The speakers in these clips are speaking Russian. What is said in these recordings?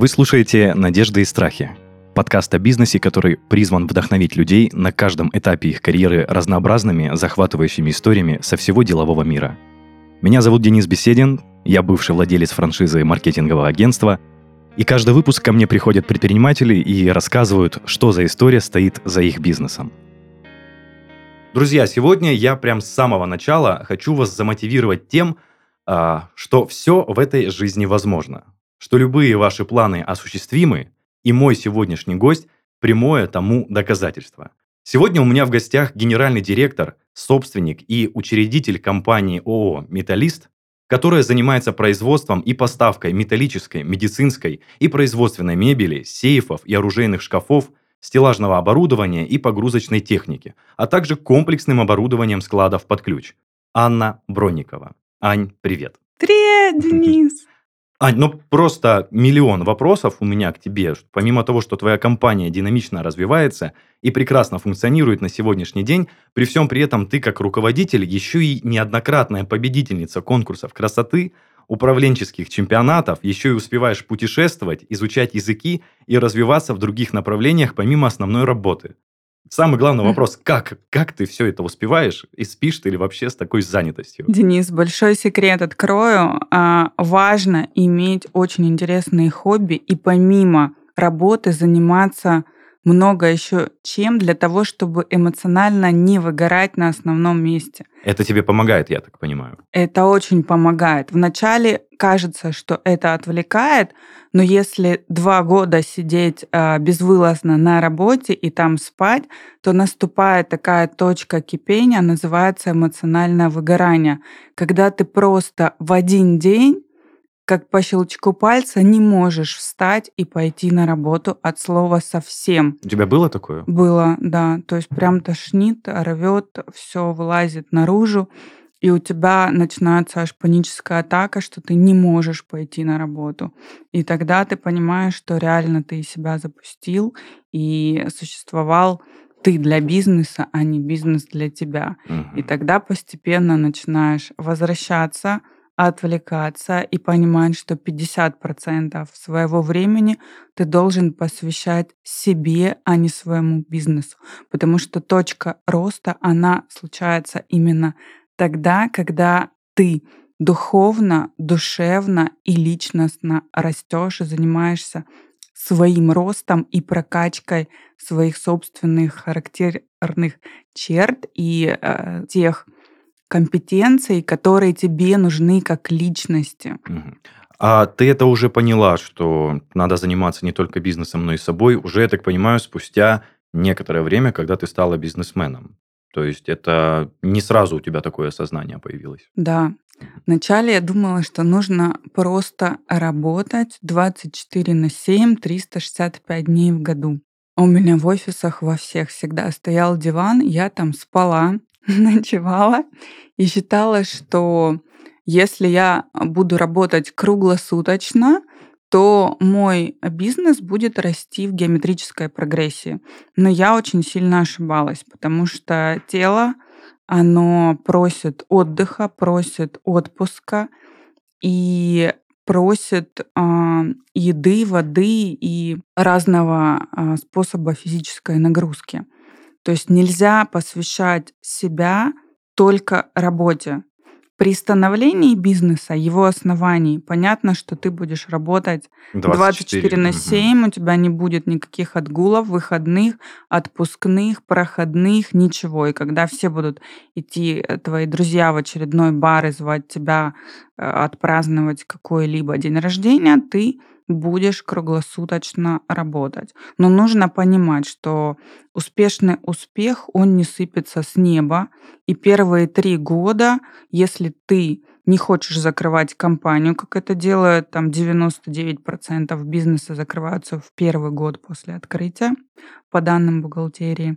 Вы слушаете «Надежды и страхи» – подкаст о бизнесе, который призван вдохновить людей на каждом этапе их карьеры разнообразными, захватывающими историями со всего делового мира. Меня зовут Денис Беседин, я бывший владелец франшизы маркетингового агентства, и каждый выпуск ко мне приходят предприниматели и рассказывают, что за история стоит за их бизнесом. Друзья, сегодня я прям с самого начала хочу вас замотивировать тем, что все в этой жизни возможно, что любые ваши планы осуществимы, и мой сегодняшний гость– прямое тому доказательство. Сегодня у меня в гостях генеральный директор, собственник и учредитель компании ООО «Металлист», которая занимается производством и поставкой металлической, медицинской и производственной мебели, сейфов и оружейных шкафов, стеллажного оборудования и погрузочной техники, а также комплексным оборудованием складов под ключ. Анна Бронникова. Ань, привет. Привет, Денис. Ань, просто миллион вопросов у меня к тебе. Помимо того, что твоя компания динамично развивается и прекрасно функционирует на сегодняшний день, при всем при этом ты как руководитель еще и неоднократная победительница конкурсов красоты, управленческих чемпионатов, еще и успеваешь путешествовать, изучать языки и развиваться в других направлениях помимо основной работы. Самый главный вопрос, как ты все это успеваешь, и спишь ты или вообще с такой занятостью? Денис, большой секрет открою. Важно иметь очень интересные хобби и помимо работы заниматься много еще чем для того, чтобы эмоционально не выгорать на основном месте. Это тебе помогает, я так понимаю. Это очень помогает. Вначале кажется, что это отвлекает, но если 2 года сидеть безвылазно на работе и там спать, то наступает такая точка кипения, называется эмоциональное выгорание, когда ты просто в один день, как по щелчку пальца, не можешь встать и пойти на работу от слова совсем. У тебя было такое? Было, да. То есть прям тошнит, рвет, все вылазит наружу, и у тебя начинается аж паническая атака, что ты не можешь пойти на работу. И тогда ты понимаешь, что реально ты себя запустил, и существовал ты для бизнеса, а не бизнес для тебя. И тогда постепенно начинаешь возвращаться, отвлекаться и понимать, что 50% своего времени ты должен посвящать себе, а не своему бизнесу. Потому что точка роста, она случается именно тогда, когда ты духовно, душевно и личностно растешь и занимаешься своим ростом и прокачкой своих собственных характерных черт и тех компетенций, которые тебе нужны как личности. А ты это уже поняла, что надо заниматься не только бизнесом, но и собой, уже, я так понимаю, спустя некоторое время, когда ты стала бизнесменом. То есть это не сразу у тебя такое осознание появилось. Да. Вначале я думала, что нужно просто работать 24/7, 365 дней в году. У меня в офисах во всех всегда стоял диван, я там спала, ночевала и считала, что если я буду работать круглосуточно, то мой бизнес будет расти в геометрической прогрессии. Но я очень сильно ошибалась, потому что тело, оно просит отдыха, просит отпуска и просит еды, воды и разного способа физической нагрузки. То есть нельзя посвящать себя только работе. При становлении бизнеса, его основании, понятно, что ты будешь работать 24/7, у тебя не будет никаких отгулов, выходных, отпускных, проходных, ничего. И когда все будут идти, твои друзья, в очередной бар и звать тебя отпраздновать какой-либо день рождения, ты будешь круглосуточно работать. Но нужно понимать, что успешный успех, он не сыпется с неба. И первые 3 года, если ты не хочешь закрывать компанию, как это делают, там 99% бизнеса закрываются в первый год после открытия, по данным бухгалтерии,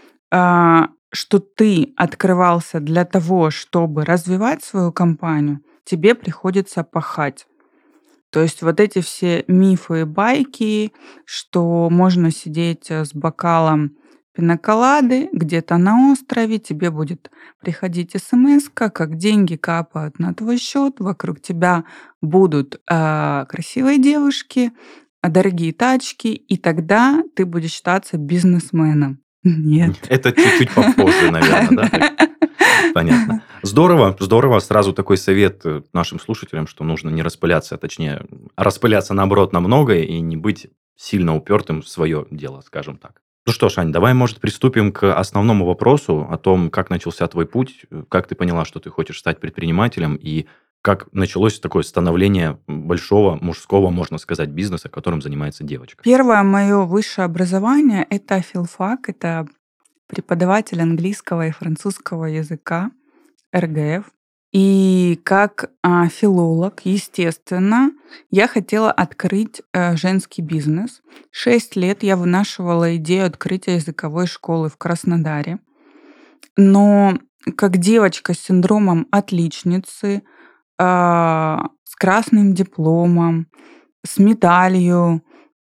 что ты открывался для того, чтобы развивать свою компанию, тебе приходится пахать. То есть вот эти все мифы и байки, что можно сидеть с бокалом пинаколады где-то на острове, тебе будет приходить смс-ка, как деньги капают на твой счет, вокруг тебя будут красивые девушки, дорогие тачки, и тогда ты будешь считаться бизнесменом. Нет. Это чуть-чуть попозже, наверное, да? Понятно. Здорово, здорово. Сразу такой совет нашим слушателям, что нужно не распыляться, а точнее, распыляться, наоборот, на многое и не быть сильно упертым в свое дело, скажем так. Ну что ж, Ань, давай, может, приступим к основному вопросу о том, как начался твой путь, как ты поняла, что ты хочешь стать предпринимателем, и как началось такое становление большого мужского, можно сказать, бизнеса, которым занимается девочка. Первое мое высшее образование — это филфак, это преподаватель английского и французского языка, РГФ. И как филолог, естественно, я хотела открыть женский бизнес. 6 лет я вынашивала идею открытия языковой школы в Краснодаре. Но как девочка с синдромом отличницы, с красным дипломом, с медалью,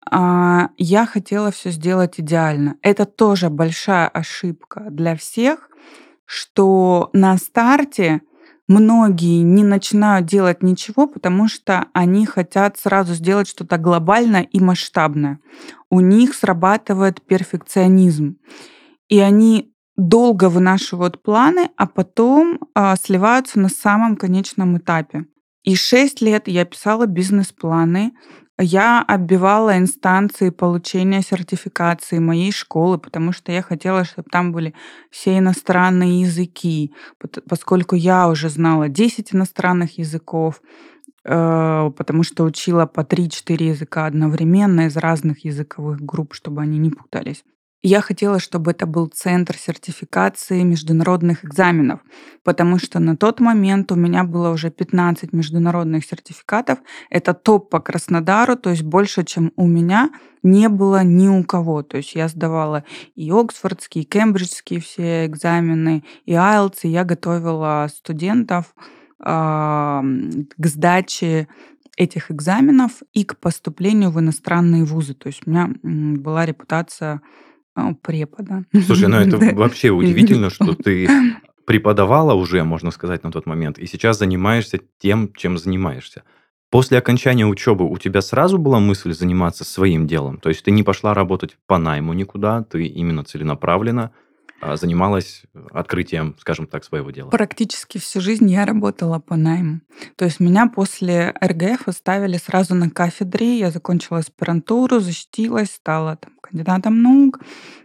я хотела все сделать идеально. Это тоже большая ошибка для всех, что на старте многие не начинают делать ничего, потому что они хотят сразу сделать что-то глобальное и масштабное. У них срабатывает перфекционизм, и они долго вынашивают планы, а потом сливаются на самом конечном этапе. И 6 лет я писала бизнес-планы, я оббивала инстанции получения сертификации моей школы, потому что я хотела, чтобы там были все иностранные языки, поскольку я уже знала 10 иностранных языков, потому что учила по 3-4 языка одновременно из разных языковых групп, чтобы они не путались. Я хотела, чтобы это был центр сертификации международных экзаменов, потому что на тот момент у меня было уже 15 международных сертификатов. Это топ по Краснодару, то есть больше, чем у меня, не было ни у кого. То есть я сдавала и оксфордские, и кембриджские все экзамены, и IELTS, и я готовила студентов к сдаче этих экзаменов и к поступлению в иностранные вузы. То есть у меня была репутация препода. Слушай, ну это вообще удивительно, что ты преподавала уже, можно сказать, на тот момент, и сейчас занимаешься тем, чем занимаешься. После окончания учебы у тебя сразу была мысль заниматься своим делом? То есть ты не пошла работать по найму никуда, ты именно целенаправленно занималась открытием, скажем так, своего дела? Практически всю жизнь я работала по найму. То есть меня после РГФ оставили сразу на кафедре. Я закончила аспирантуру, защитилась, стала там кандидатом наук.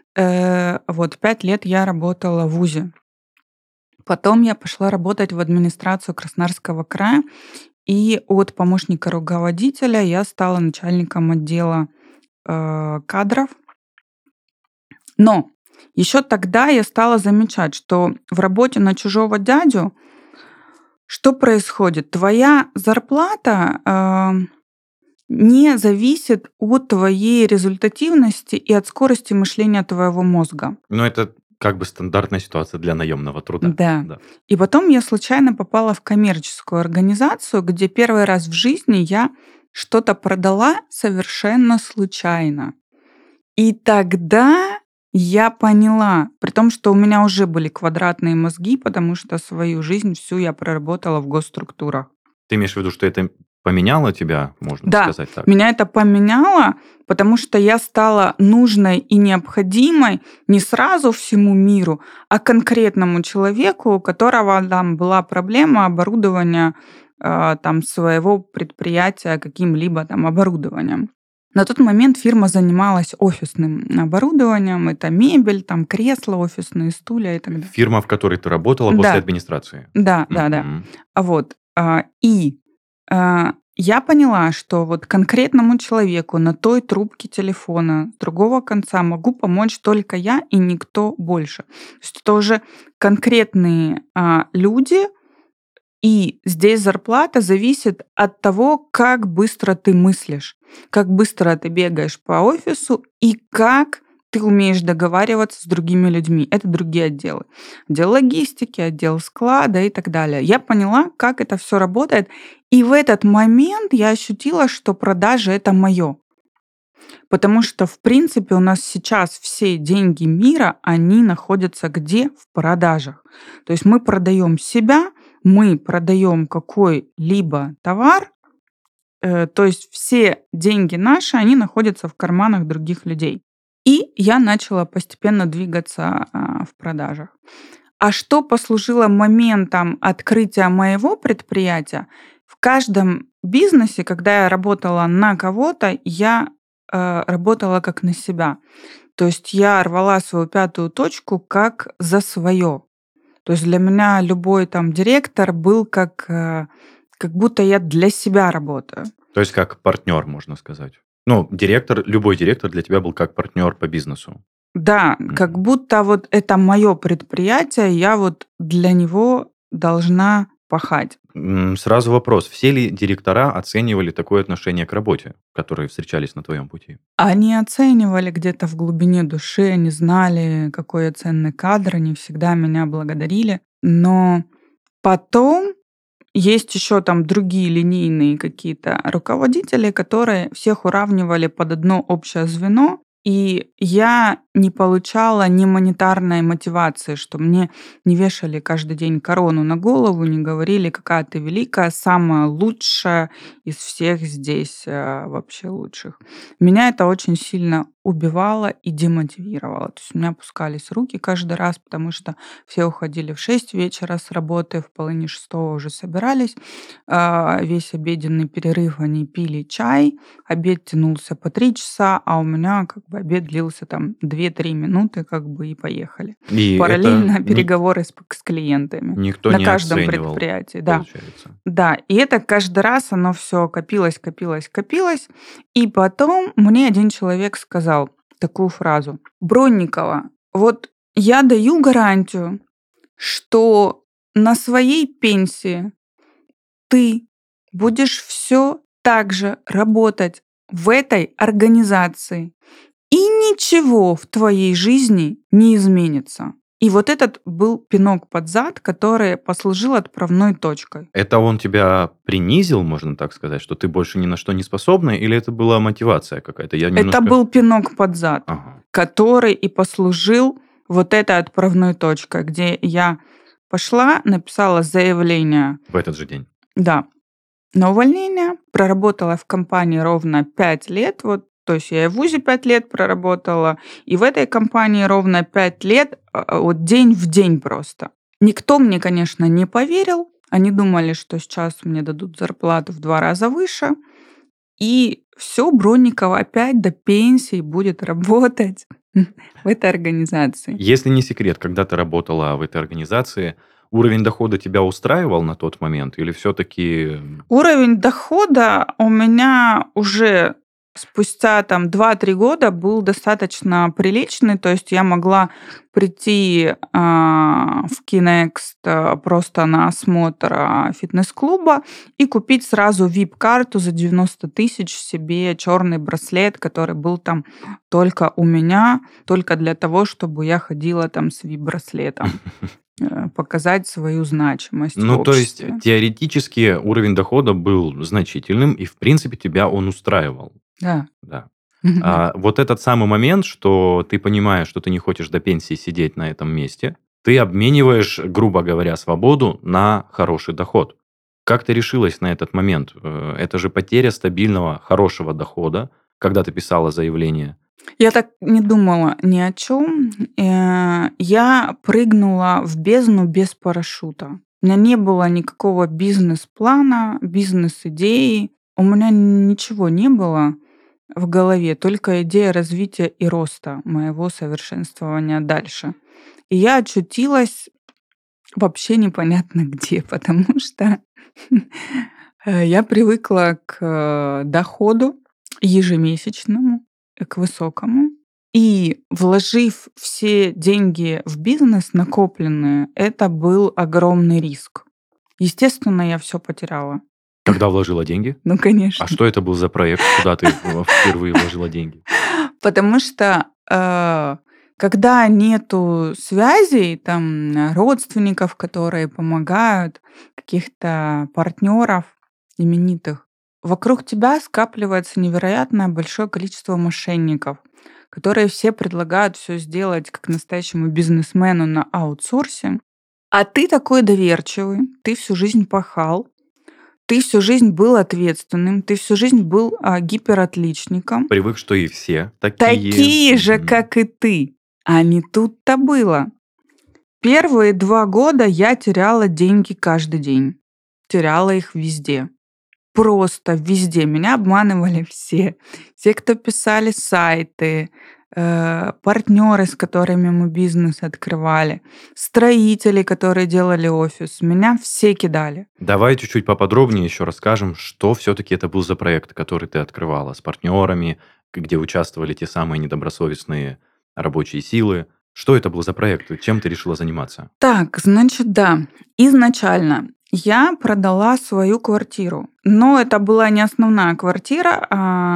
5 лет я работала в ВУЗе. Потом я пошла работать в администрацию Краснодарского края, и от помощника руководителя я стала начальником отдела кадров. Но еще тогда я стала замечать, что в работе на чужого дядю что происходит? Твоя зарплата не зависит от твоей результативности и от скорости мышления твоего мозга. Ну, это как бы стандартная ситуация для наемного труда. Да. И потом я случайно попала в коммерческую организацию, где первый раз в жизни я что-то продала совершенно случайно. И тогда я поняла, при том, что у меня уже были квадратные мозги, потому что свою жизнь всю я проработала в госструктурах. Ты имеешь в виду, что это поменяло тебя, можно сказать так? Меня это поменяло, потому что я стала нужной и необходимой не сразу всему миру, а конкретному человеку, у которого там была проблема оборудования своего предприятия каким-либо там оборудованием. На тот момент фирма занималась офисным оборудованием. Это мебель, там кресла, офисные стулья и так далее. Фирма, в которой ты работала после администрации? Да. Я поняла, что вот конкретному человеку на той трубке телефона с другого конца могу помочь только я и никто больше. То есть это уже конкретные люди, и здесь зарплата зависит от того, как быстро ты мыслишь, как быстро ты бегаешь по офису и как ты умеешь договариваться с другими людьми. Это другие отделы. Отдел логистики, отдел склада и так далее. Я поняла, как это все работает. И в этот момент я ощутила, что продажи — это мое. Потому что, в принципе, у нас сейчас все деньги мира, они находятся где? В продажах. То есть мы продаем себя, мы продаем какой-либо товар То есть все деньги наши, они находятся в карманах других людей. И я начала постепенно двигаться в продажах. А что послужило моментом открытия моего предприятия? В каждом бизнесе, когда я работала на кого-то, я работала как на себя. То есть я рвала свою пятую точку как за свое. То есть для меня любой там директор был как будто я для себя работаю. То есть как партнер, можно сказать. Ну, любой директор для тебя был как партнер по бизнесу. Да, как будто вот это мое предприятие, я вот для него должна пахать. Сразу вопрос. Все ли директора оценивали такое отношение к работе, которые встречались на твоем пути? Они оценивали где-то в глубине души, они знали, какой я ценный кадр, они всегда меня благодарили. Но потом есть еще там другие линейные какие-то руководители, которые всех уравнивали под одно общее звено, и я не получала ни монетарной мотивации, что мне не вешали каждый день корону на голову, не говорили, какая ты великая, самая лучшая из всех здесь вообще лучших. Меня это очень сильно убивало и демотивировало. То есть у меня опускались руки каждый раз, потому что все уходили в 6 вечера с работы, в половине шестого уже собирались. Весь обеденный перерыв они пили чай, обед тянулся по 3 часа, а у меня как бы обед длился там 2-3 минуты, как бы и поехали. И Параллельно это переговоры с клиентами никто на не каждом оценивал, предприятии. Да. получается. Да, и это каждый раз оно все копилось, копилось, копилось. И потом мне один человек сказал такую фразу: Бронникова, вот я даю гарантию, что на своей пенсии ты будешь все так же работать в этой организации, и ничего в твоей жизни не изменится. И вот этот был пинок под зад, который послужил отправной точкой. Это он тебя принизил, можно так сказать, что ты больше ни на что не способна, или это была мотивация какая-то? Это был пинок под зад, Ага. который и послужил вот этой отправной точкой, где я пошла, написала заявление. В этот же день. Да, на увольнение. Проработала в компании ровно 5 лет. Вот, то есть я и в ВУЗе 5 лет проработала, и в этой компании ровно 5 лет, вот день в день просто. Никто мне, конечно, не поверил. Они думали, что сейчас мне дадут зарплату в 2 раза выше. И все, Бронникова опять до пенсии будет работать в этой организации. Если не секрет, когда ты работала в этой организации, уровень дохода тебя устраивал на тот момент? Или все-таки... Уровень дохода у меня уже спустя там 2-3 года был достаточно приличный. То есть я могла прийти в Кинекст просто на осмотр фитнес-клуба и купить сразу VIP-карту за 90 тысяч себе, черный браслет, который был там только у меня, только для того, чтобы я ходила там с VIP-браслетом. Показать свою значимость в Ну, то есть, обществе. теоретически уровень дохода был значительным, и, в принципе, тебя он устраивал. Да. Да. Вот этот самый момент, что ты понимаешь, что ты не хочешь до пенсии сидеть на этом месте, ты обмениваешь, грубо говоря, свободу на хороший доход. Как ты решилась на этот момент? Это же потеря стабильного, хорошего дохода, когда ты писала заявление. Я так не думала ни о чем. Я прыгнула в бездну без парашюта. У меня не было никакого бизнес-плана, бизнес-идеи. У меня ничего не было в голове, только идея развития и роста моего совершенствования дальше. И я очутилась вообще непонятно где, потому что я привыкла к доходу ежемесячному, к высокому. И вложив все деньги в бизнес накопленные, это был огромный риск. Естественно, я все потеряла. Когда вложила деньги? Ну, конечно. А что это был за проект, куда ты впервые вложила деньги? Потому что когда нету связей, там родственников, которые помогают, каких-то партнеров именитых, вокруг тебя скапливается невероятное большое количество мошенников, которые все предлагают все сделать как настоящему бизнесмену на аутсорсе. А ты такой доверчивый, ты всю жизнь пахал, ты всю жизнь был ответственным, ты всю жизнь был гиперотличником. Привык, что и все Такие же, как и ты. А не тут-то было. Первые 2 года я теряла деньги каждый день. Теряла их везде. Просто везде. Меня обманывали все. Те, кто писали сайты, партнеры, с которыми мы бизнес открывали, строители, которые делали офис. Меня все кидали. Давай чуть-чуть поподробнее еще расскажем, что все-таки это был за проект, который ты открывала с партнерами, где участвовали те самые недобросовестные рабочие силы. Что это был за проект? Чем ты решила заниматься? Так, значит, да. Изначально я продала свою квартиру. Но это была не основная квартира.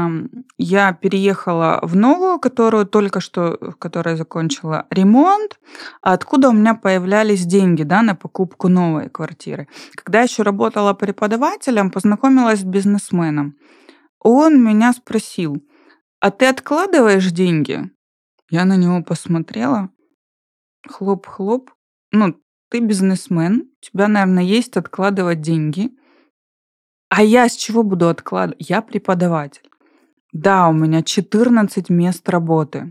Я переехала в новую, в которой закончила ремонт, откуда у меня появлялись деньги, да, на покупку новой квартиры. Когда я еще работала преподавателем, познакомилась с бизнесменом. Он меня спросил: а ты откладываешь деньги? Я на него посмотрела. Хлоп-хлоп. Ты бизнесмен, у тебя, наверное, есть откладывать деньги. А я с чего буду откладывать? Я преподаватель. Да, у меня 14 мест работы.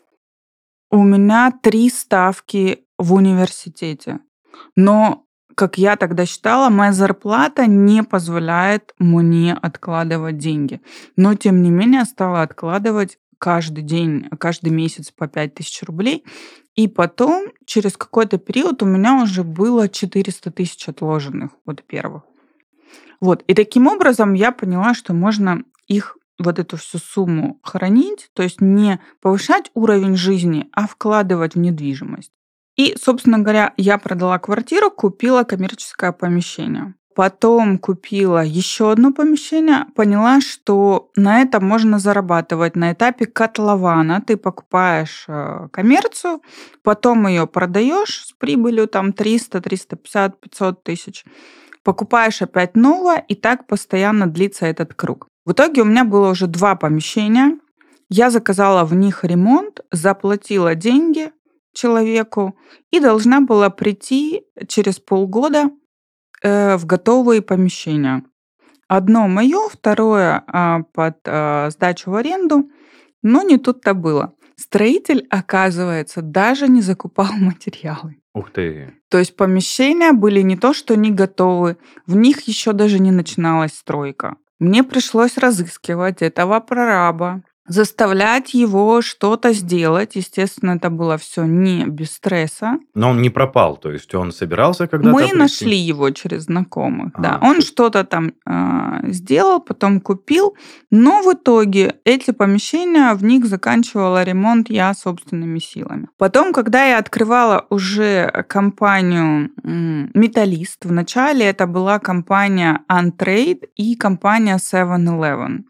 У меня 3 ставки в университете. Но, как я тогда считала, моя зарплата не позволяет мне откладывать деньги. Но, тем не менее, стала откладывать каждый день, каждый месяц по 5000 рублей. И потом, через какой-то период, у меня уже было 400 тысяч отложенных от первых. И таким образом я поняла, что можно их, эту всю сумму хранить, то есть не повышать уровень жизни, а вкладывать в недвижимость. И, собственно говоря, я продала квартиру, купила коммерческое помещение. Потом купила еще одно помещение, поняла, что на этом можно зарабатывать. На этапе котлована ты покупаешь коммерцию, потом ее продаешь с прибылью 300, 350, 500 тысяч. Покупаешь опять новое, и так постоянно длится этот круг. В итоге у меня было уже 2 помещения. Я заказала в них ремонт, заплатила деньги человеку и должна была прийти через полгода в готовые помещения. Одно мое, второе под сдачу в аренду, но не тут-то было. Строитель, оказывается, даже не закупал материалы. Ух ты! То есть помещения были не то, что не готовы, в них еще даже не начиналась стройка. Мне пришлось разыскивать этого прораба, заставлять его что-то сделать. Естественно, это было все не без стресса. Но он не пропал, то есть он собирался когда-то Мы прийти? нашли его через знакомых, да. А, Он то есть- что-то там сделал, потом купил, но в итоге эти помещения, в них заканчивала ремонт я собственными силами. Потом, когда я открывала уже компанию «Металлист», вначале это была компания «Untrade» и компания 7-Eleven.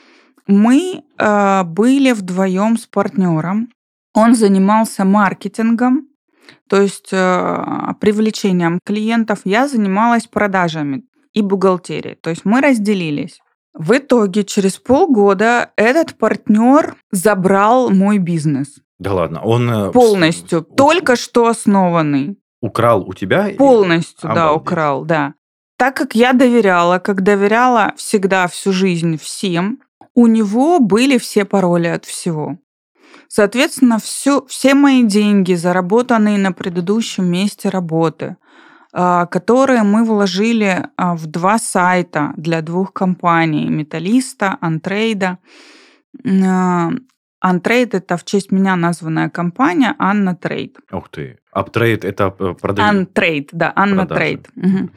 Мы были вдвоем с партнером. Он занимался маркетингом, то есть привлечением клиентов. Я занималась продажами и бухгалтерией. То есть мы разделились. В итоге через полгода этот партнер забрал мой бизнес. Да ладно, он Полностью. Только что основанный. украл у тебя? Полностью, да, Обалдеть. украл, да. Так как я доверяла всегда всю жизнь всем, у него были все пароли от всего. Соответственно, все мои деньги, заработанные на предыдущем месте работы, которые мы вложили в 2 сайта для 2 компаний: «Металлиста», «Антрейда». «Антрейд» — это в честь меня названная компания, «Анна Трейд». Ух ты. Аптрейд это продаю. «Антрейд», да, «Анна Продажи. Трейд». Мгм.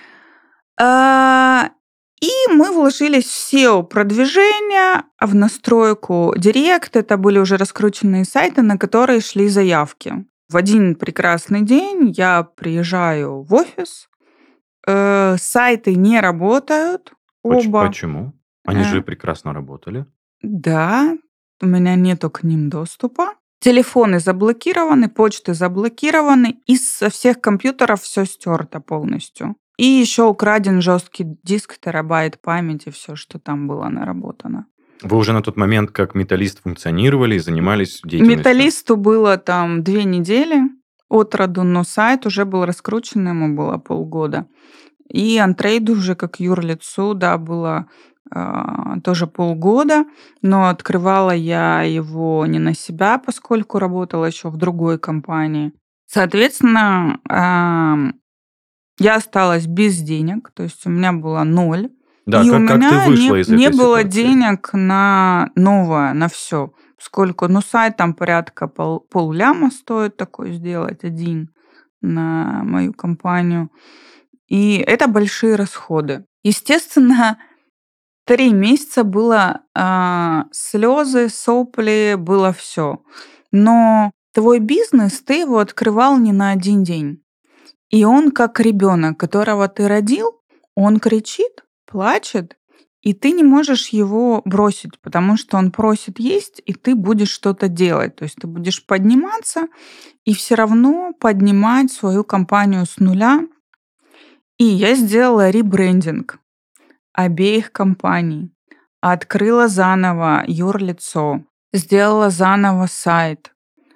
И мы вложились в SEO-продвижение, в настройку Директ. Это были уже раскрученные сайты, на которые шли заявки. В один прекрасный день я приезжаю в офис, сайты не работают оба. Почему? Они же Э, прекрасно работали. Да, у меня нету к ним доступа. Телефоны заблокированы, почты заблокированы, и со всех компьютеров все стерто полностью. И еще украден жесткий диск, терабайт памяти, все, что там было наработано. Вы уже на тот момент как металлист функционировали и занимались деятельностью? Металлисту было 2 недели от роду, но сайт уже был раскручен, ему было полгода. И антрейду уже как юрлицу, да, было тоже полгода, но открывала я его не на себя, поскольку работала еще в другой компании. Соответственно, я осталась без денег, то есть у меня было 0. Да, И у как ты меня вышла из не этой было ситуации? денег на новое, на все. Поскольку, сайт там порядка полляма стоит такой сделать один на мою компанию. И это большие расходы. Естественно, 3 месяца было, слезы, сопли, было все. Но твой бизнес, ты его открывал не на один день. И он как ребенок, которого ты родил, он кричит, плачет, и ты не можешь его бросить, потому что он просит есть, и ты будешь что-то делать. То есть ты будешь подниматься и все равно поднимать свою компанию с нуля. И я сделала ребрендинг обеих компаний, открыла заново юрлицо, сделала заново сайт,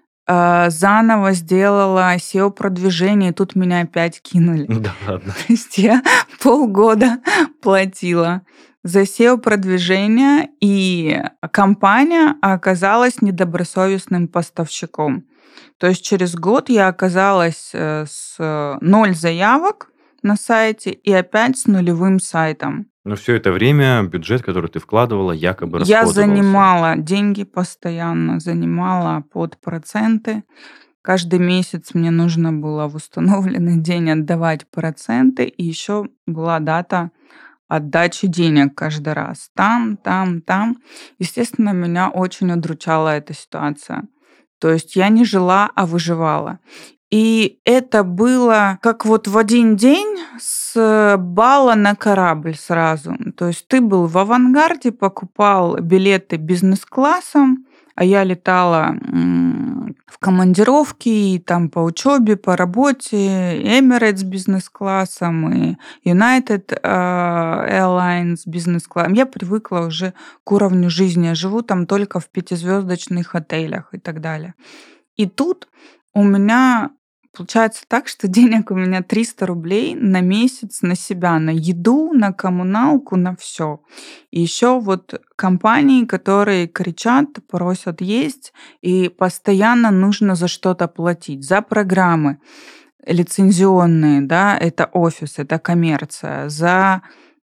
заново сделала SEO-продвижение, и тут меня опять кинули. Да ладно. То есть я полгода платила за SEO-продвижение, и компания оказалась недобросовестным поставщиком. То есть через год я оказалась с 0 заявок на сайте и опять с нулевым сайтом. Но все это время бюджет, который ты вкладывала, якобы Я расходовался. занимала деньги постоянно, занимала под проценты. Каждый месяц мне нужно было в установленный день отдавать проценты, и еще была дата отдачи денег каждый раз. Там, там, там. Естественно, меня очень удручала эта ситуация. То есть я не жила, а выживала. И это было как вот в один день с бала на корабль сразу. То есть ты был в авангарде, покупал билеты бизнес-классом, а я летала в командировки и там по учебе, по работе, Emirates бизнес-классом и United Airlines бизнес-классом. Я привыкла уже к уровню жизни. Я живу там только в 5-звездочных отелях и так далее. И тут у меня получается так, что денег у меня 300 рублей на месяц на себя, на еду, на коммуналку, на все. И еще вот компании, которые кричат, просят есть, и постоянно нужно за что-то платить, за программы лицензионные, да, это офис, это коммерция, за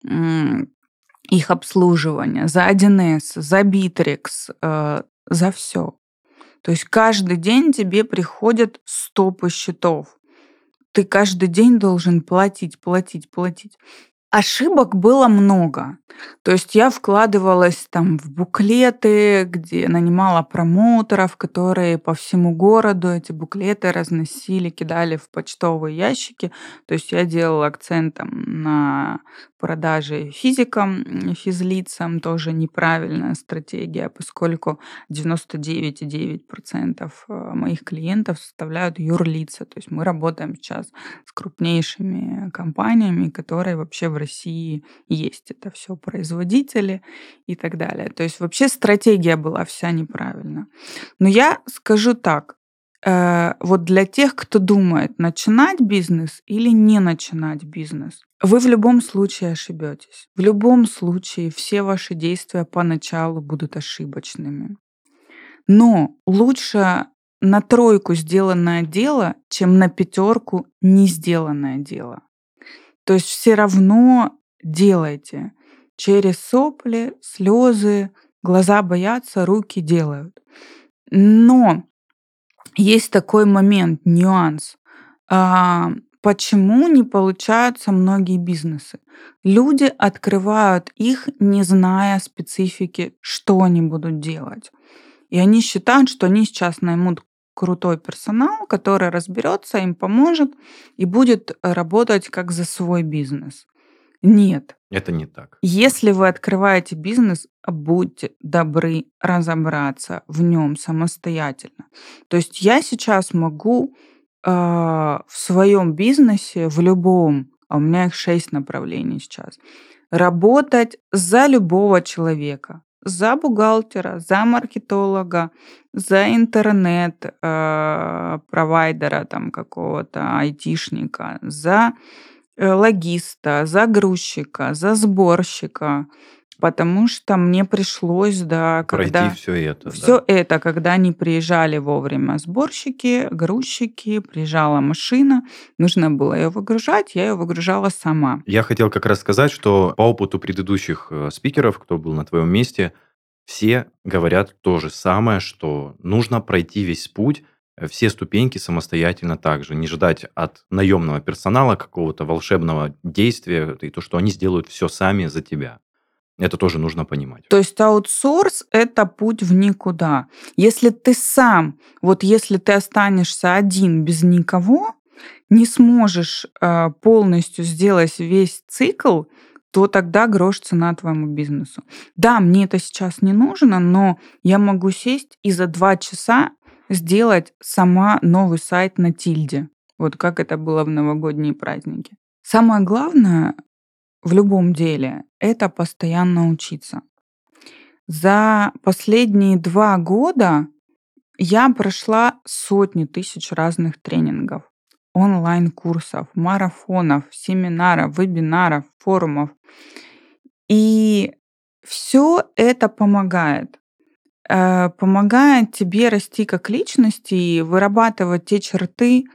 их обслуживание, за 1С, за Bittrex, за все. То есть каждый день тебе приходят стопы счетов. Ты каждый день должен платить, платить, платить. Ошибок было много. То есть я вкладывалась там в буклеты, где нанимала промоутеров, которые по всему городу эти буклеты разносили, кидали в почтовые ящики. То есть я делала акцент там на продаже физикам, физлицам, тоже неправильная стратегия, поскольку 99,9% моих клиентов составляют юрлица. То есть мы работаем сейчас с крупнейшими компаниями, которые вообще в России есть. Это все производители и так далее. То есть вообще стратегия была вся неправильна. Но я скажу так, вот для тех, кто думает, начинать бизнес или не начинать бизнес, вы в любом случае ошибетесь. В любом случае все ваши действия поначалу будут ошибочными. Но лучше на 3 сделанное дело, чем на 5 не сделанное дело. То есть все равно делайте. Через сопли, слезы, глаза боятся, руки делают. Но есть такой момент, нюанс. Почему не получаются многие бизнесы? Люди открывают их, не зная специфики, что они будут делать. И они считают, что они сейчас наймут крутой персонал, который разберется, им поможет и будет работать как за свой бизнес. Нет. Это не так. Если вы открываете бизнес, будьте добры разобраться в нем самостоятельно. То есть я сейчас могу в своем бизнесе, в любом, а у меня их 6 направлений сейчас, работать за любого человека. За бухгалтера, за маркетолога, за интернет-провайдера там какого-то, айтишника, за логиста, за грузчика, за сборщика, потому что мне пришлось, да, Пройти когда все это, да. все это, когда они приезжали вовремя, сборщики, грузчики, приезжала машина, нужно было ее выгружать, я ее выгружала сама. Я хотел как раз сказать, что по опыту предыдущих спикеров, кто был на твоем месте, все говорят то же самое, что нужно пройти весь путь, все ступеньки самостоятельно также, не ждать от наемного персонала какого-то волшебного действия, и то, что они сделают все сами за тебя. Это тоже нужно понимать. То есть аутсорс — это путь в никуда. Если ты сам, вот если ты останешься один без никого, не сможешь полностью сделать весь цикл, то тогда грош цена твоему бизнесу. Да, мне это сейчас не нужно, но я могу сесть и за 2 часа сделать сама новый сайт на Тильде. Вот как это было в новогодние праздники. Самое главное в любом деле — это постоянно учиться. За последние 2 года я прошла сотни тысяч разных тренингов, онлайн-курсов, марафонов, семинаров, вебинаров, форумов. И все это помогает. Помогает тебе расти как личности и вырабатывать те черты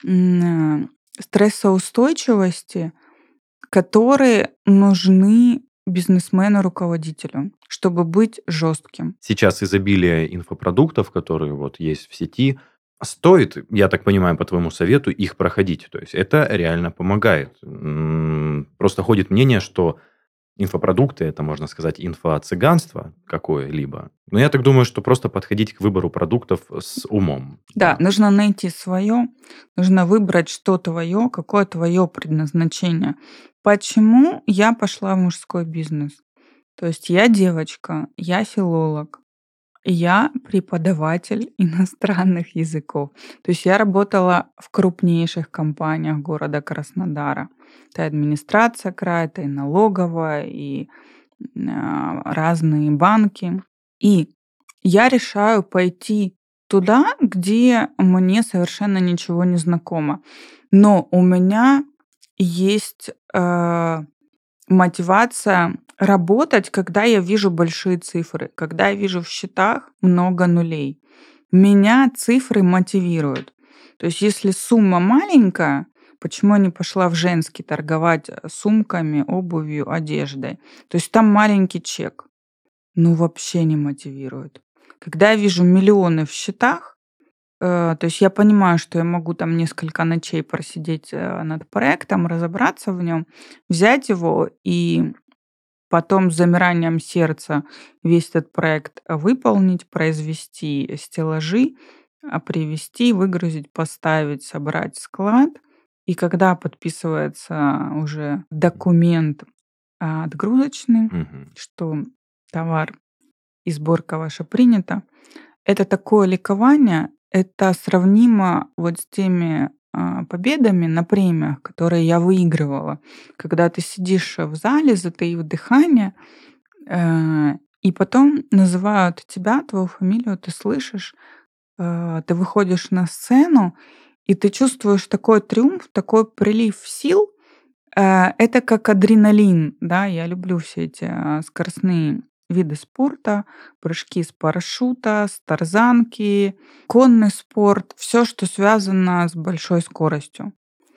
стрессоустойчивости, которые нужны бизнесмену-руководителю, чтобы быть жестким. Сейчас изобилие инфопродуктов, которые вот есть в сети, стоит, я так понимаю, по твоему совету, их проходить. То есть это реально помогает. Просто ходит мнение, что инфопродукты — это, можно сказать, инфо-цыганство какое-либо. Но я так думаю, что просто подходить к выбору продуктов с умом. Да, Да. нужно найти свое, нужно выбрать, что твое, какое твое предназначение. Почему я пошла в мужской бизнес? То есть я девочка, я филолог, я преподаватель иностранных языков. То есть я работала в крупнейших компаниях города Краснодара. Это и администрация края, это и налоговая, и разные банки. И я решаю пойти туда, где мне совершенно ничего не знакомо. Но у меня есть мотивация работать, когда я вижу большие цифры, когда я вижу в счетах много нулей. Меня цифры мотивируют. То есть если сумма маленькая, почему я не пошла в женский торговать сумками, обувью, одеждой? То есть там маленький чек. Ну, вообще не мотивирует. Когда я вижу миллионы в счетах, то есть я понимаю, что я могу там несколько ночей просидеть над проектом, разобраться в нем, взять его и потом с замиранием сердца весь этот проект выполнить, произвести стеллажи, привезти, выгрузить, поставить, собрать склад. И когда подписывается уже документ отгрузочный, Мгм. что товар и сборка ваша принята, это такое ликование, это сравнимо вот с теми победами на премиях, которые я выигрывала. Когда ты сидишь в зале, затаив дыхание, и потом называют тебя, твою фамилию, ты слышишь, ты выходишь на сцену, и ты чувствуешь такой триумф, такой прилив сил. Это как адреналин, да, я люблю все эти скоростные виды спорта, прыжки с парашюта, с тарзанки, конный спорт, все, что связано с большой скоростью.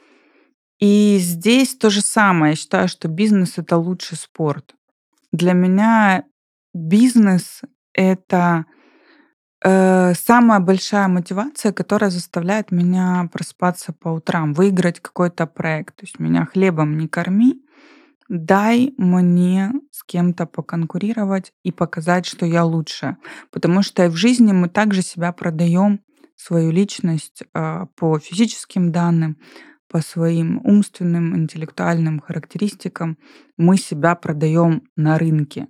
И здесь то же самое. Я считаю, что бизнес — это лучший спорт. Для меня бизнес — это самая большая мотивация, которая заставляет меня просыпаться по утрам, выиграть какой-то проект. То есть меня хлебом не корми, дай мне с кем-то поконкурировать и показать, что я лучше. Потому что и в жизни мы также себя продаем, свою личность по физическим данным, по своим умственным, интеллектуальным характеристикам. Мы себя продаем на рынке.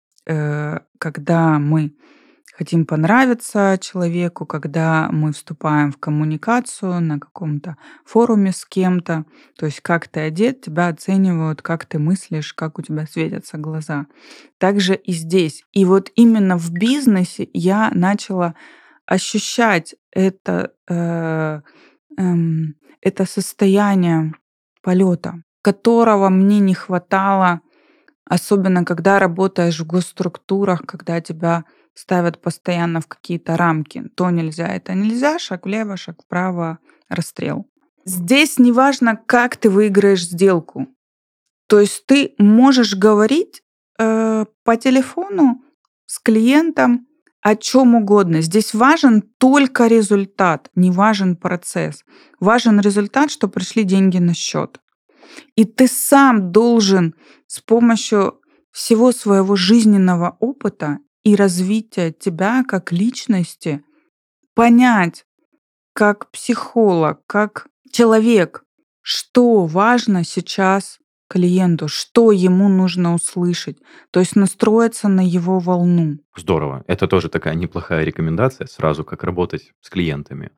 Когда мы хотим понравиться человеку, когда мы вступаем в коммуникацию на каком-то форуме с кем-то, то есть как ты одет, тебя оценивают, как ты мыслишь, как у тебя светятся глаза. Также и здесь. И вот именно в бизнесе я начала ощущать это состояние полета. которого мне не хватало, особенно когда работаешь в госструктурах, когда тебя ставят постоянно в какие-то рамки. То нельзя, это нельзя, шаг влево, шаг вправо, расстрел. Здесь неважно, как ты выиграешь сделку. То есть ты можешь говорить по телефону с клиентом о чем угодно. Здесь важен только результат, не важен процесс. Важен результат, что пришли деньги на счет. И ты сам должен с помощью всего своего жизненного опыта и развития тебя как личности понять, как психолог, как человек, что важно сейчас клиенту, что ему нужно услышать. То есть настроиться на его волну. Здорово. Это тоже такая неплохая рекомендация, сразу как работать с клиентами.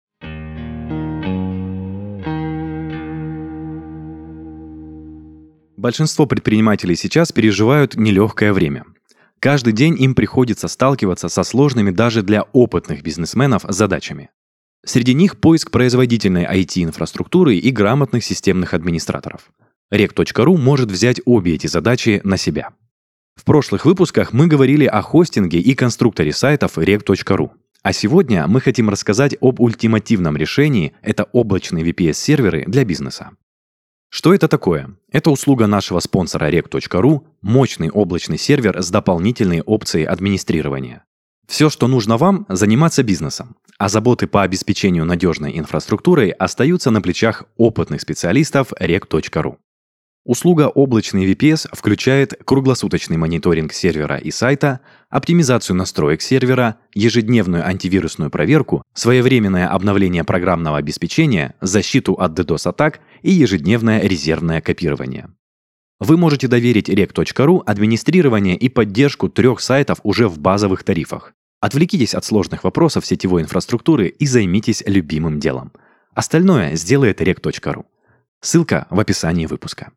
Большинство предпринимателей сейчас переживают нелегкое время. Каждый день им приходится сталкиваться со сложными даже для опытных бизнесменов задачами. Среди них поиск производительной IT-инфраструктуры и грамотных системных администраторов. Rek.ru может взять обе эти задачи на себя. В прошлых выпусках мы говорили о хостинге и конструкторе сайтов Rek.ru. А сегодня мы хотим рассказать об ультимативном решении – это облачные VPS-серверы для бизнеса. Что это такое? Это услуга нашего спонсора Rek.ru, мощный облачный сервер с дополнительной опцией администрирования. Все, что нужно вам, заниматься бизнесом, а заботы по обеспечению надежной инфраструктурой остаются на плечах опытных специалистов Rek.ru. Услуга облачный VPS включает круглосуточный мониторинг сервера и сайта, оптимизацию настроек сервера, ежедневную антивирусную проверку, своевременное обновление программного обеспечения, защиту от DDoS-атак и ежедневное резервное копирование. Вы можете доверить Rek.ru администрирование и поддержку 3 сайтов уже в базовых тарифах. Отвлекитесь от сложных вопросов сетевой инфраструктуры и займитесь любимым делом. Остальное сделает Rek.ru. Ссылка в описании выпуска.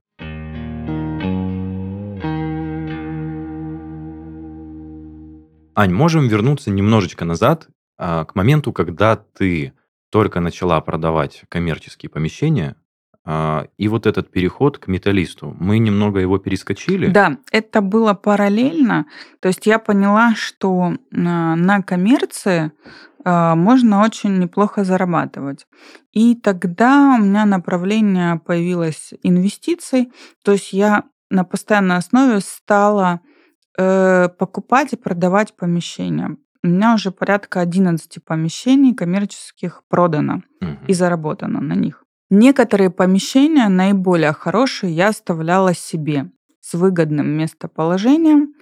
Ань, можем вернуться немножечко назад, к моменту, когда ты только начала продавать коммерческие помещения, и вот этот переход к металлисту. Мы немного его перескочили. Да, это было параллельно. То есть я поняла, что на коммерции можно очень неплохо зарабатывать. И тогда у меня направление появилось инвестиций. То есть я на постоянной основе стала покупать и продавать помещения. У меня уже порядка 11 помещений коммерческих продано и заработано на них. Некоторые помещения, наиболее хорошие, я оставляла себе с выгодным местоположением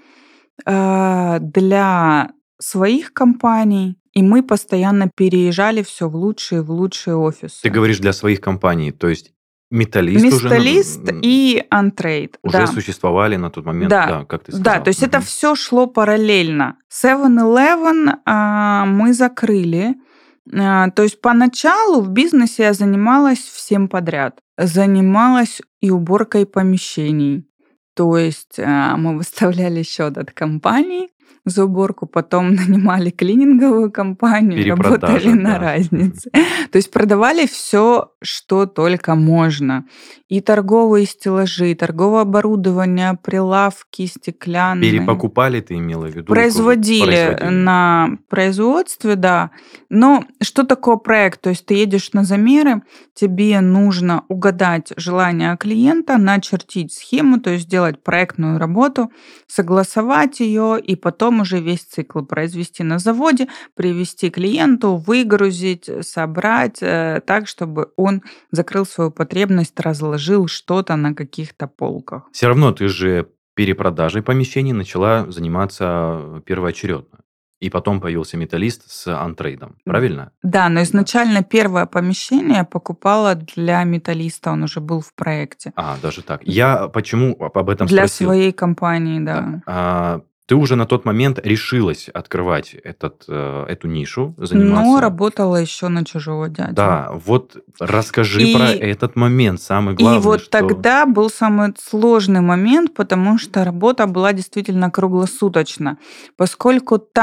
для своих компаний, и мы постоянно переезжали все в лучшие офисы. Ты говоришь для своих компаний, то есть Металлист и Антрейд. Уже существовали на тот момент, да, как ты сказала. Да, то есть это все шло параллельно. 7-Eleven мы закрыли. То есть поначалу в бизнесе я занималась всем подряд. Занималась и уборкой помещений. То есть мы выставляли счет от компании за уборку, потом нанимали клининговую компанию, работали на разнице. То есть продавали все, что только можно. И торговые стеллажи, и торговое оборудование, прилавки стеклянные. Перепокупали, ты имела в виду? Производили на производстве, да. Но что такое проект? То есть ты едешь на замеры, тебе нужно угадать желание клиента, начертить схему, то есть сделать проектную работу, согласовать ее и потом уже весь цикл произвести на заводе, привести клиенту, выгрузить, собрать так, чтобы он закрыл свою потребность, разложил что-то на каких-то полках. Все равно ты же перепродажей помещений начала заниматься первоочередно. И потом появился металлист с Антрейдом, правильно? Да, но изначально первое помещение я покупала для металлиста, он уже был в проекте. Даже так. Я почему об этом для спросил? Для своей компании, да. Ты уже на тот момент решилась открывать эту нишу, заниматься. Но работала еще на чужого дядю. Да, вот расскажи про этот момент, самый главный. И вот тогда был самый сложный момент, потому что работа была действительно круглосуточно, поскольку там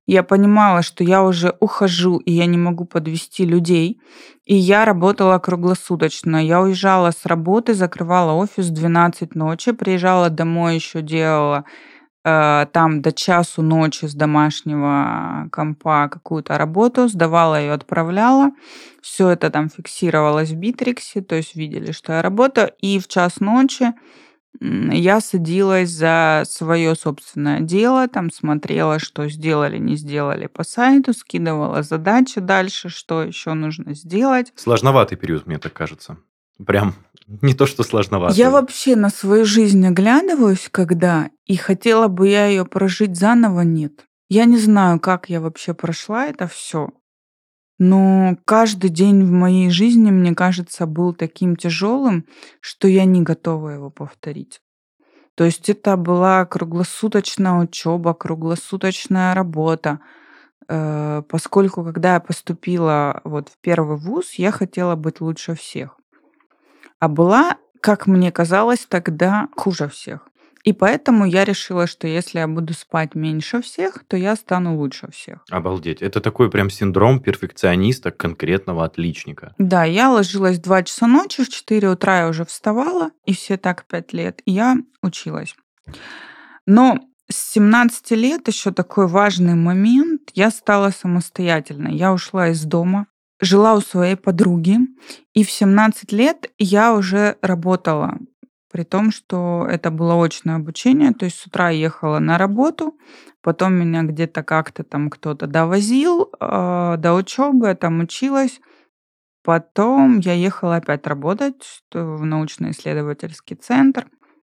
Я понимала, что я уже ухожу, и я не могу подвести людей. И я работала круглосуточно. Я уезжала с работы, закрывала офис в 12 ночи, приезжала домой, еще делала там до часу ночи с домашнего компа какую-то работу, сдавала ее, отправляла. Все это там фиксировалось в Битриксе, то есть видели, что я работаю. И в час ночи я садилась за свое собственное дело, там смотрела, что сделали, не сделали по сайту, скидывала задачи дальше, что еще нужно сделать. Сложноватый период, мне так кажется. Прям не то, что Я сложноватый. вообще на свою жизнь оглядываюсь, когда, и хотела бы я ее прожить заново, нет. Я не знаю, как я вообще прошла это все, но каждый день в моей жизни, мне кажется, был таким тяжелым, что я не готова его повторить. То есть это была круглосуточная учеба, круглосуточная работа. Поскольку, когда я поступила вот в первый вуз, я хотела быть лучше всех. А была, как мне казалось тогда, хуже всех. И поэтому я решила, что если я буду спать меньше всех, то я стану лучше всех. Обалдеть. Это такой прям синдром перфекциониста, конкретного отличника. Да, я ложилась в 2 часа ночи, в 4 утра я уже вставала, и все так 5 лет, и я училась. Но с 17 лет еще такой важный момент. Я стала самостоятельной. Я ушла из дома, жила у своей подруги, и в 17 лет я уже работала. При том, что это было очное обучение, то есть с утра я ехала на работу, потом меня где-то как-то там кто-то довозил до учебы, я там училась. Потом я ехала опять работать в научно-исследовательский центр.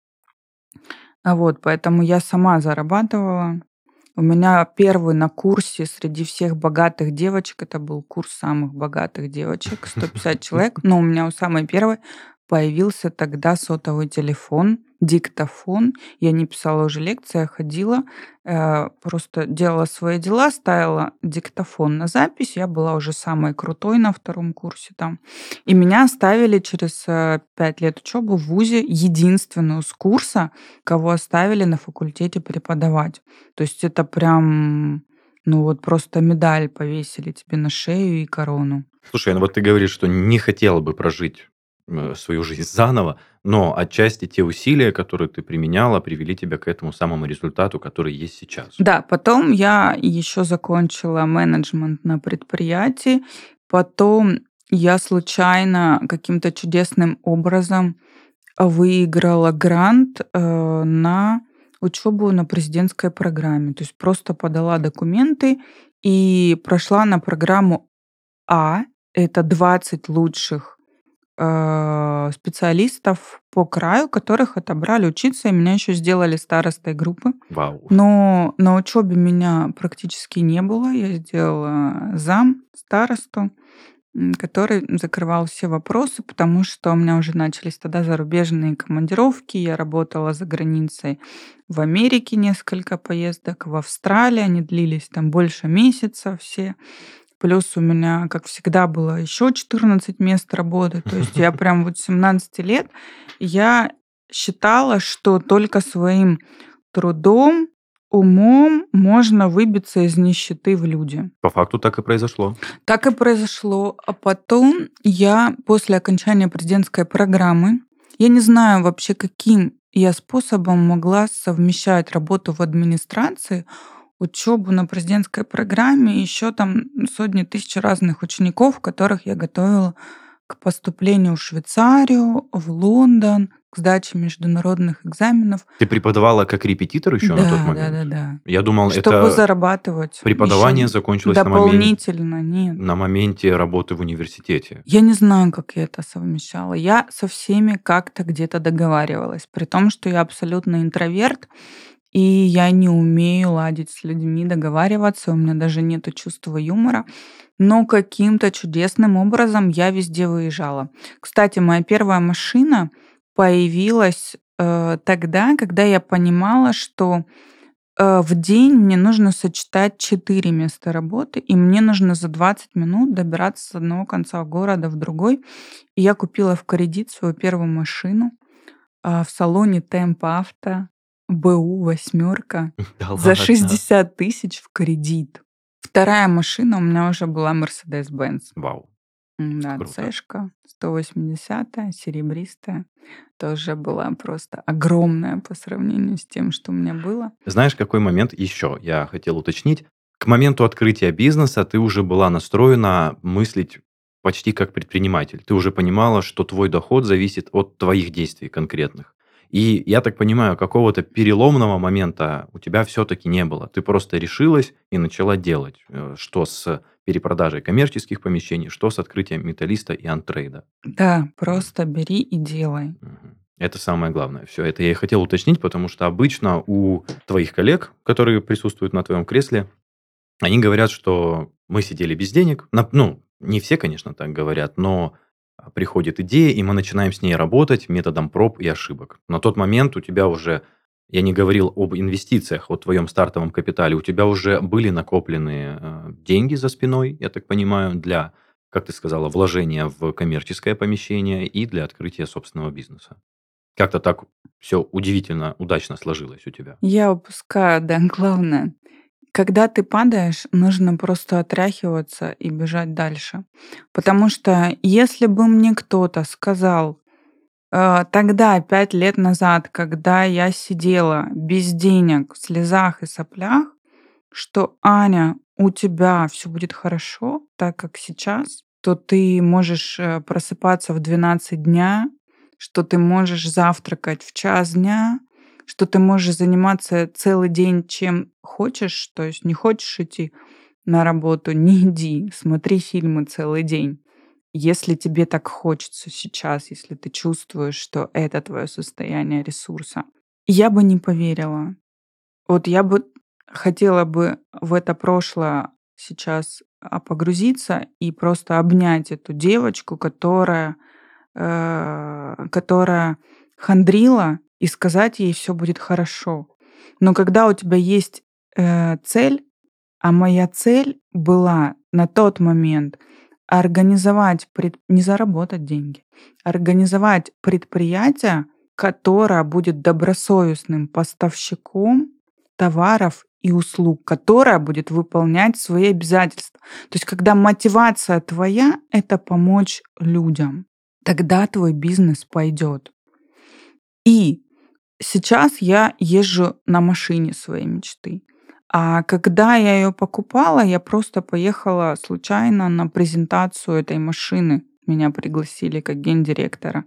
Вот, поэтому я сама зарабатывала. У меня первый на курсе среди всех богатых девочек, это был курс самых богатых девочек, 150 человек, но у меня у самой первой появился тогда сотовый телефон, диктофон. Я не писала уже лекции, я ходила, просто делала свои дела, ставила диктофон на запись. Я была уже самой крутой на втором курсе там. И меня оставили через 5 лет учебы в ВУЗе единственную с курса, кого оставили на факультете преподавать. То есть это прям, ну вот просто медаль повесили тебе на шею и корону. Слушай, ну вот ты говоришь, что не хотела бы прожить свою жизнь заново, но отчасти те усилия, которые ты применяла, привели тебя к этому самому результату, который есть сейчас. Да, потом я еще закончила менеджмент на предприятии, потом я случайно каким-то чудесным образом выиграла грант на учебу на президентской программе. То есть просто подала документы и прошла на программу А. Это 20 лучших специалистов по краю, которых отобрали учиться, и меня еще сделали старостой группы. Вау. Но на учебе меня практически не было. Я сделала старосту, который закрывал все вопросы, потому что у меня уже начались тогда зарубежные командировки. Я работала за границей в Америке, несколько поездок, в Австралии. Они длились там больше месяца все. Плюс у меня, как всегда, было еще 14 мест работы. То есть я прям вот с 17 лет я считала, что только своим трудом, умом можно выбиться из нищеты в люди. По факту так и произошло. Так и произошло. А потом я после окончания президентской программы, я не знаю вообще, каким я способом могла совмещать работу в администрации, учебу на президентской программе, и еще там сотни тысяч разных учеников, которых я готовила к поступлению в Швейцарию, в Лондон, к сдаче международных экзаменов. Ты преподавала как репетитор еще на тот Да, момент? да. Я думал, Чтобы это зарабатывать. преподавание Еще закончилось дополнительно, нет. на моменте работы в университете. Я не знаю, как я это совмещала. Я со всеми как-то где-то договаривалась, при том, что я абсолютно интроверт, и я не умею ладить с людьми, договариваться, у меня даже нет чувства юмора. Но каким-то чудесным образом я везде выезжала. Кстати, моя первая машина появилась тогда, когда я понимала, что в день мне нужно сочетать 4 места работы, и мне нужно за 20 минут добираться с одного конца города в другой. И я купила в кредит свою первую машину в салоне Темп Авто БУ 8 Да за ладно. 60 тысяч в кредит. Вторая машина у меня уже была Mercedes-Benz. Вау, Да, круто. Цешка 180-я, серебристая. Тоже была просто огромная по сравнению с тем, что у меня было. Знаешь, какой момент еще я хотел уточнить? К моменту открытия бизнеса ты уже была настроена мыслить почти как предприниматель. Ты уже понимала, что твой доход зависит от твоих действий конкретных. И я так понимаю, какого-то переломного момента у тебя все-таки не было. Ты просто решилась и начала делать, что с перепродажей коммерческих помещений, что с открытием металлиста и антрейда. Да, М, просто бери и делай. мгм. Это самое главное. Все, это я и хотел уточнить, потому что обычно у твоих коллег, которые присутствуют на твоем кресле, они говорят, что мы сидели без денег. Ну, не все, конечно, так говорят, но приходит идея, и мы начинаем с ней работать методом проб и ошибок. На тот момент у тебя уже, я не говорил об инвестициях, о твоем стартовом капитале, у тебя уже были накоплены деньги за спиной, я так понимаю, для, как ты сказала, вложения в коммерческое помещение и для открытия собственного бизнеса. Как-то так все удивительно удачно сложилось у тебя. Я упускаю, да, главное. Когда ты падаешь, нужно просто отряхиваться и бежать дальше. Потому что если бы мне кто-то сказал, тогда, 5 лет назад, когда я сидела без денег, в слезах и соплях, что: "Аня, у тебя все будет хорошо, так как сейчас", то ты можешь, просыпаться в 12 дня, что ты можешь завтракать в 1 дня, что ты можешь заниматься целый день чем хочешь. То есть не хочешь идти на работу — не иди, смотри фильмы целый день. Если тебе так хочется сейчас, если ты чувствуешь, что это твое состояние ресурса. Я бы не поверила. Вот я бы хотела бы в это прошлое сейчас, погрузиться и просто обнять эту девочку, которая хандрила, и сказать ей: все будет хорошо". Но когда у тебя есть, цель, а моя цель была на тот момент организовать не заработать деньги, организовать предприятие, которое будет добросовестным поставщиком товаров и услуг, которое будет выполнять свои обязательства. То есть когда мотивация твоя — это помочь людям, тогда твой бизнес пойдет. И сейчас я езжу на машине своей мечты. А когда я ее покупала, я просто поехала случайно на презентацию этой машины. Меня пригласили как гендиректора.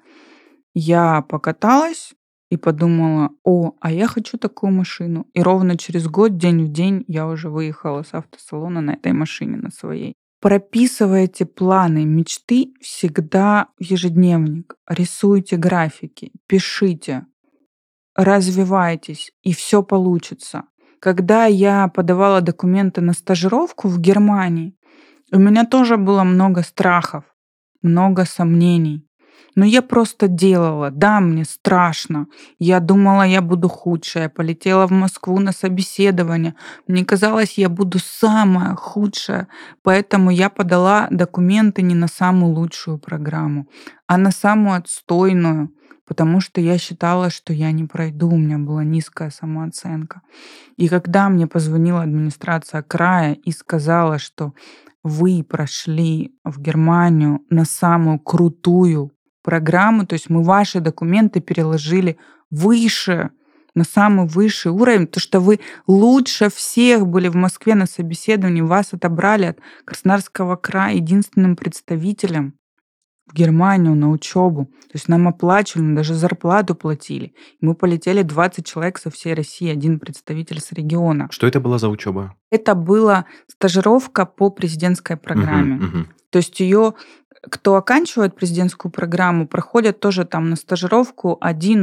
Я покаталась и подумала: "О, а я хочу такую машину". И ровно через год, день в день, я уже выехала с автосалона на этой машине, на своей. Прописывайте планы, мечты всегда в ежедневник. Рисуйте графики, пишите. Развивайтесь, и все получится. Когда я подавала документы на стажировку в Германии, у меня тоже было много страхов, много сомнений. Но я просто делала. Да, мне страшно. Я думала, я буду худшая. Я полетела в Москву на собеседование. Мне казалось, я буду самая худшая. Поэтому я подала документы не на самую лучшую программу, а на самую отстойную, потому что я считала, что я не пройду. У меня была низкая самооценка. И когда мне позвонила администрация края и сказала, что вы прошли в Германию на самую крутую программу, то есть мы ваши документы переложили выше, на самый высший уровень, то что вы лучше всех были в Москве на собеседовании, вас отобрали от Краснодарского края единственным представителем в Германию на учебу. То есть нам оплачивали, нам даже зарплату платили. И мы полетели 20 человек со всей России, один представитель с региона. Что это была за учеба? Это была стажировка по президентской Мгм, программе. мгм. То есть ее, кто оканчивает президентскую программу, проходят тоже там на стажировку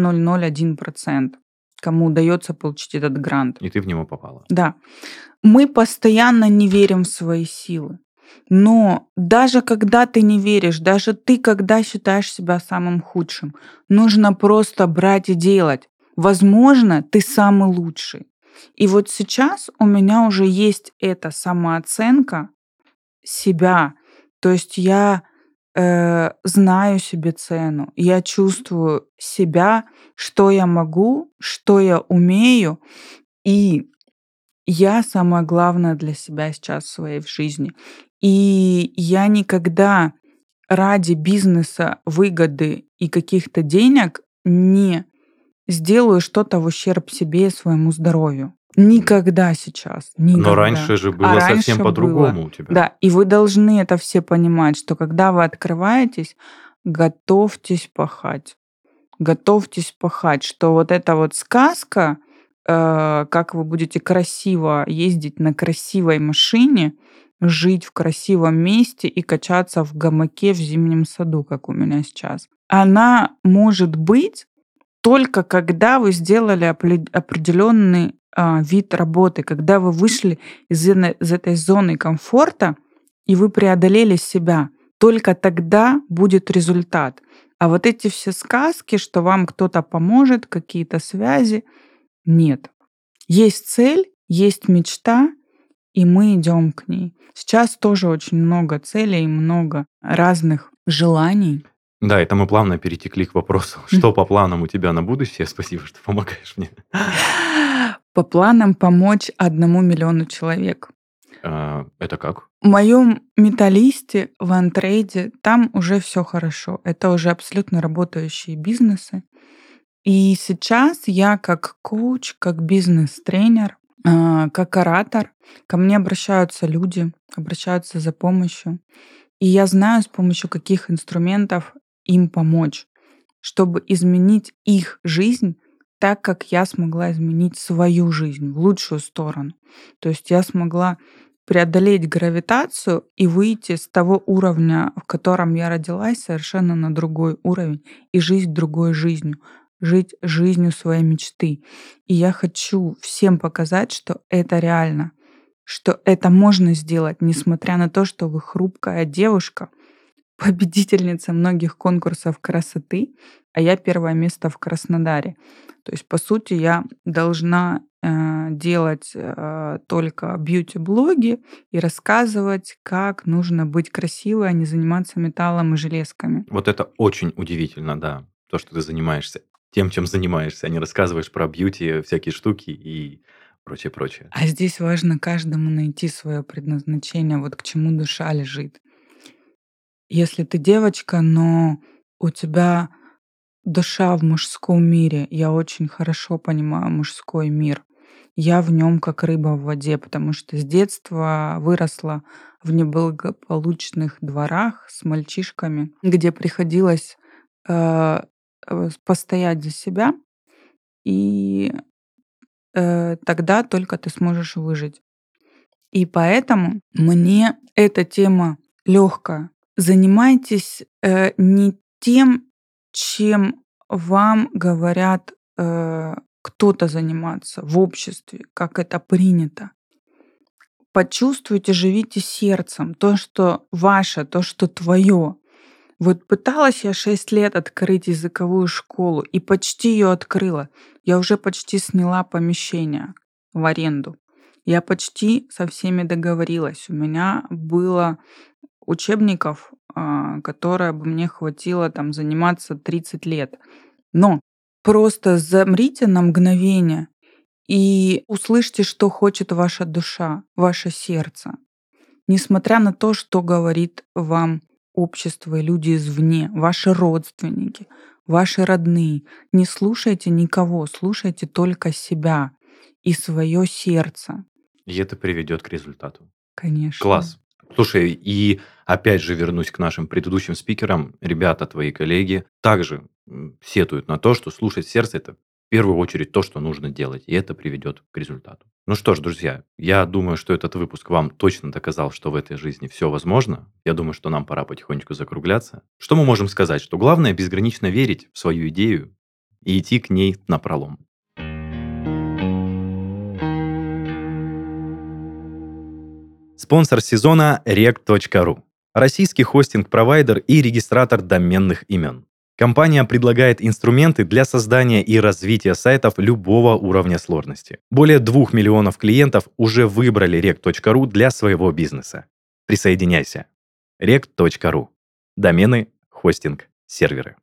1,001%, кому удается получить этот грант. И ты в него попала. Да. Мы постоянно не верим в свои силы. Но даже когда ты не веришь, даже ты, когда считаешь себя самым худшим, нужно просто брать и делать. Возможно, ты самый лучший. И вот сейчас у меня уже есть эта самооценка себя. То есть я знаю себе цену, я чувствую себя, что я могу, что я умею, и я самое главное для себя сейчас в своей жизни. И я никогда ради бизнеса, выгоды и каких-то денег не сделаю что-то в ущерб себе и своему здоровью. Никогда сейчас, Но никогда. раньше же А было совсем раньше было. по-другому у тебя. Да, и вы должны это все понимать, что когда вы открываетесь, готовьтесь пахать. Готовьтесь пахать, что вот эта вот сказка, как вы будете красиво ездить на красивой машине, жить в красивом месте и качаться в гамаке в зимнем саду, как у меня сейчас. Она может быть только когда вы сделали определенный вид работы, когда вы вышли из этой зоны комфорта и вы преодолели себя. Только тогда будет результат. А вот эти все сказки, что вам кто-то поможет, какие-то связи, нет. Есть цель, есть мечта, и мы идем к ней. Сейчас тоже очень много целей, много разных желаний. Да, это мы плавно перетекли к вопросу, что по планам у тебя на будущее. Спасибо, что помогаешь мне. По планам помочь 1 миллиону человек. Это как? В моем металлисте, в антрейде, там уже все хорошо. Это уже абсолютно работающие бизнесы. И сейчас я как коуч, как бизнес-тренер, как оратор, ко мне обращаются люди, обращаются за помощью. И я знаю, с помощью каких инструментов им помочь, чтобы изменить их жизнь так, как я смогла изменить свою жизнь в лучшую сторону. То есть я смогла преодолеть гравитацию и выйти с того уровня, в котором я родилась, совершенно на другой уровень и жить другой жизнью, жить жизнью своей мечты. И я хочу всем показать, что это реально, что это можно сделать, несмотря на то, что вы хрупкая девушка, победительница многих конкурсов красоты, а я 1 место в Краснодаре. То есть, по сути, я должна делать только бьюти-блоги и рассказывать, как нужно быть красивой, а не заниматься металлом и железками. Вот это очень удивительно, да. То, что ты занимаешься тем, чем занимаешься, а не рассказываешь про бьюти, всякие штуки и прочее. А здесь важно каждому найти свое предназначение, вот к чему душа лежит. Если ты девочка, но у тебя душа в мужском мире, я очень хорошо понимаю мужской мир. Я в нем как рыба в воде, потому что с детства выросла в неблагополучных дворах с мальчишками, где приходилось постоять за себя, и тогда только ты сможешь выжить. И поэтому мне эта тема легкая. Занимайтесь не тем, чем вам говорят кто-то заниматься в обществе, как это принято. Почувствуйте, живите сердцем то, что ваше, то, что твое. Вот пыталась я 6 лет открыть языковую школу и почти ее открыла. Я уже почти сняла помещение в аренду. Я почти со всеми договорилась. У меня было учебников, которые бы мне хватило там заниматься 30 лет. Но просто замрите на мгновение и услышьте, что хочет ваша душа, ваше сердце. Несмотря на то, что говорит вам общество и люди извне, ваши родственники, ваши родные. Не слушайте никого, слушайте только себя и свое сердце. И это приведет к результату. Конечно. Класс. Слушай, и опять же вернусь к нашим предыдущим спикерам. Ребята, твои коллеги, также сетуют на то, что слушать сердце – это в первую очередь то, что нужно делать, и это приведет к результату. Ну что ж, друзья, я думаю, что этот выпуск вам точно доказал, что в этой жизни все возможно. Я думаю, что нам пора потихонечку закругляться. Что мы можем сказать? Что главное безгранично верить в свою идею и идти к ней напролом. Спонсор сезона – rect.ru. Российский хостинг-провайдер и регистратор доменных имен. Компания предлагает инструменты для создания и развития сайтов любого уровня сложности. Более 2 миллионов клиентов уже выбрали rect.ru для своего бизнеса. Присоединяйся. rect.ru. Домены, хостинг, серверы.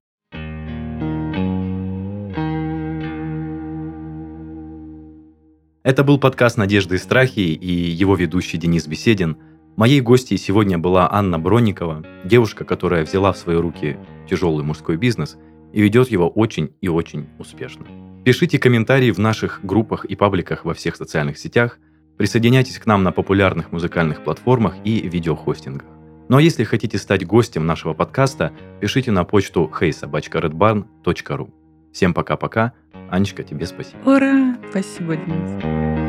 Это был подкаст «Надежды и страхи» и его ведущий Денис Беседин. Моей гостьей сегодня была Анна Бронникова, девушка, которая взяла в свои руки тяжелый мужской бизнес и ведет его очень и очень успешно. Пишите комментарии в наших группах и пабликах во всех социальных сетях, присоединяйтесь к нам на популярных музыкальных платформах и видеохостингах. Ну а если хотите стать гостем нашего подкаста, пишите на почту hey@redbarn.ru. Всем пока-пока. Анечка, тебе спасибо. Ура! Спасибо, Денис.